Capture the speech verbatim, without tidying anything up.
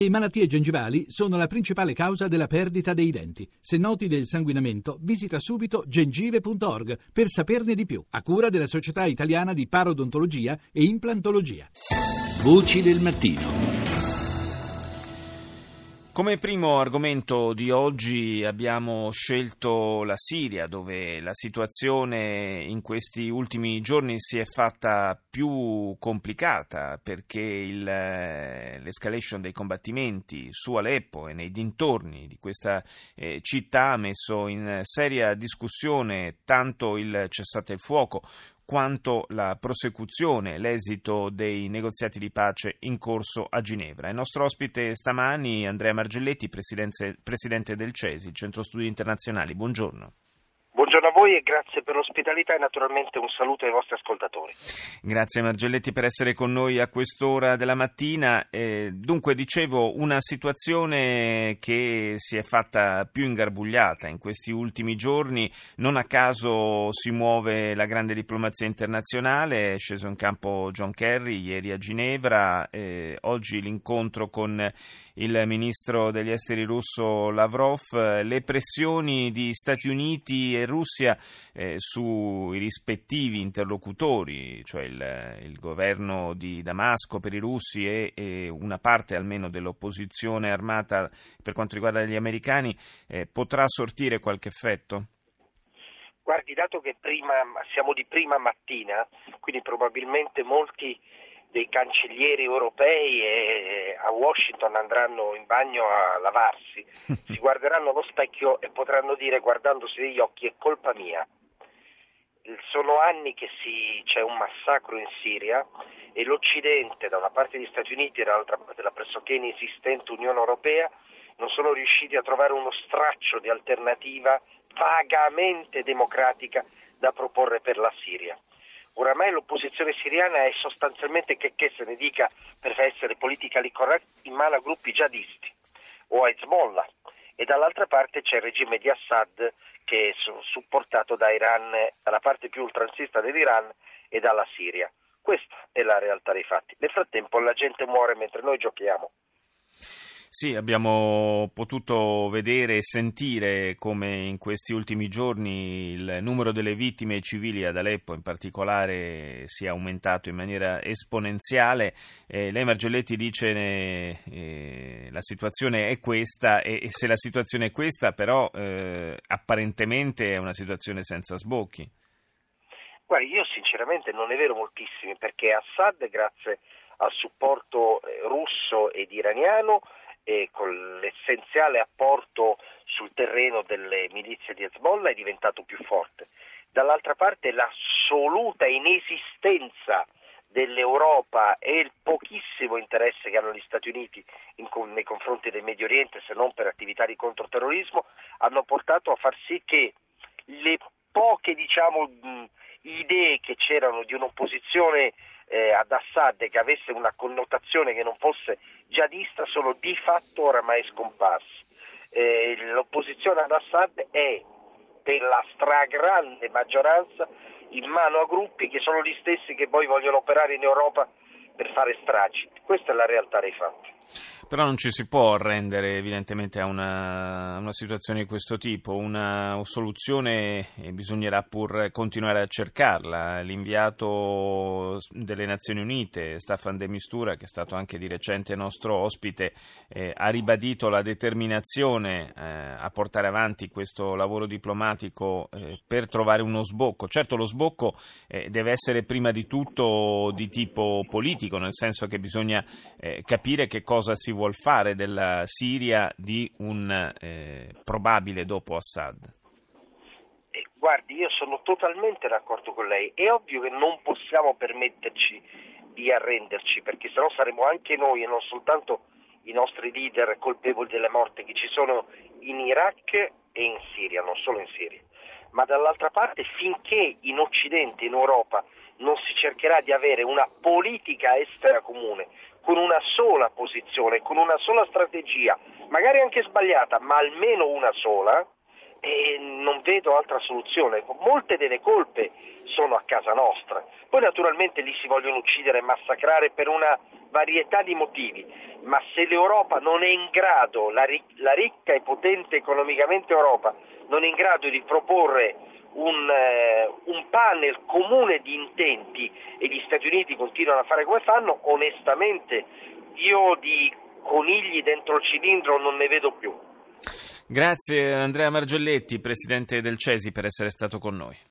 Le malattie gengivali sono la principale causa della perdita dei denti. Se noti del sanguinamento, visita subito gengive punto org per saperne di più, a cura della Società Italiana di Parodontologia e Implantologia. Voci del mattino. Come primo argomento di oggi abbiamo scelto la Siria, dove la situazione in questi ultimi giorni si è fatta più complicata perché il, l'escalation dei combattimenti su Aleppo e nei dintorni di questa eh, città ha messo in seria discussione tanto il cessate il fuoco quanto la prosecuzione, l'esito dei negoziati di pace in corso a Ginevra. Il nostro ospite stamani, Andrea Margelletti, presidente, presidente del C E S I, Centro Studi Internazionali. Buongiorno. Buongiorno a voi e grazie per l'ospitalità e naturalmente un saluto ai vostri ascoltatori. Grazie Margelletti per essere con noi a quest'ora della mattina. Eh, dunque, dicevo, una situazione che si è fatta più ingarbugliata in questi ultimi giorni. Non a caso si muove la grande diplomazia internazionale, è sceso in campo John Kerry ieri a Ginevra, eh, oggi l'incontro con il ministro degli esteri russo Lavrov, le pressioni di Stati Uniti e Russia eh, sui rispettivi interlocutori, cioè il, il governo di Damasco per i russi e, e una parte almeno dell'opposizione armata per quanto riguarda gli americani, eh, potrà sortire qualche effetto? Guardi, dato che prima siamo di prima mattina, quindi probabilmente molti dei cancellieri europei e a Washington andranno in bagno a lavarsi, si guarderanno allo specchio e potranno dire, guardandosi negli occhi, è colpa mia. Sono anni che si, c'è un massacro in Siria e l'Occidente, da una parte degli Stati Uniti e dall'altra parte la pressoché inesistente Unione Europea, non sono riusciti a trovare uno straccio di alternativa vagamente democratica da proporre per la Siria. Oramai l'opposizione siriana è sostanzialmente, che, che se ne dica per essere politically correct, in mano a gruppi jihadisti o a Hezbollah, e dall'altra parte c'è il regime di Assad che è supportato da Iran, dalla parte più oltranzista dell'Iran e dalla Siria. Questa è la realtà dei fatti. Nel frattempo la gente muore mentre noi giochiamo. Sì, abbiamo potuto vedere e sentire come in questi ultimi giorni il numero delle vittime civili ad Aleppo in particolare sia aumentato in maniera esponenziale. Eh, lei Margelletti dice eh, la situazione è questa e, e se la situazione è questa però eh, apparentemente è una situazione senza sbocchi. Guardi, io sinceramente non ne vedo moltissimi perché Assad, grazie al supporto eh, russo ed iraniano, e con l'essenziale apporto sul terreno delle milizie di Hezbollah è diventato più forte. Dall'altra parte l'assoluta inesistenza dell'Europa e il pochissimo interesse che hanno gli Stati Uniti in, nei confronti del Medio Oriente, se non per attività di controterrorismo, hanno portato a far sì che le poche diciamo mh, idee che c'erano di un'opposizione eh, ad Assad che avesse una connotazione che non fosse jihadista sono di fatto oramai scomparsi. Eh, l'opposizione ad Assad è per la stragrande maggioranza in mano a gruppi che sono gli stessi che poi vogliono operare in Europa per fare stragi. Questa è la realtà dei fatti. Però non ci si può arrendere evidentemente a una, una situazione di questo tipo, una soluzione eh, bisognerà pur continuare a cercarla. L'inviato delle Nazioni Unite, Staffan de Mistura, che è stato anche di recente nostro ospite, eh, ha ribadito la determinazione eh, a portare avanti questo lavoro diplomatico eh, per trovare uno sbocco. Certo, lo sbocco eh, deve essere prima di tutto di tipo politico, nel senso che bisogna eh, capire che cosa si vuol fare della Siria di un eh, probabile dopo Assad. Eh, guardi, io sono totalmente d'accordo con lei. È ovvio che non possiamo permetterci di arrenderci, perché sennò saremo anche noi e non soltanto i nostri leader colpevoli delle morti che ci sono in Iraq e in Siria, non solo in Siria. Ma dall'altra parte, finché in Occidente, in Europa, non si cercherà di avere una politica estera comune, con una sola posizione, con una sola strategia, magari anche sbagliata, ma almeno una sola, e non vedo altra soluzione. Molte delle colpe sono a casa nostra. Poi naturalmente lì si vogliono uccidere e massacrare per una varietà di motivi. ma se l'Europa non è in grado, la, la ricca e potente economicamente Europa, non è in grado di proporre un, eh, un panel comune di intenti e gli Stati Uniti continuano a fare come fanno, onestamente io di conigli dentro il cilindro non ne vedo più. Grazie Andrea Margioletti, presidente del CESI, per essere stato con noi.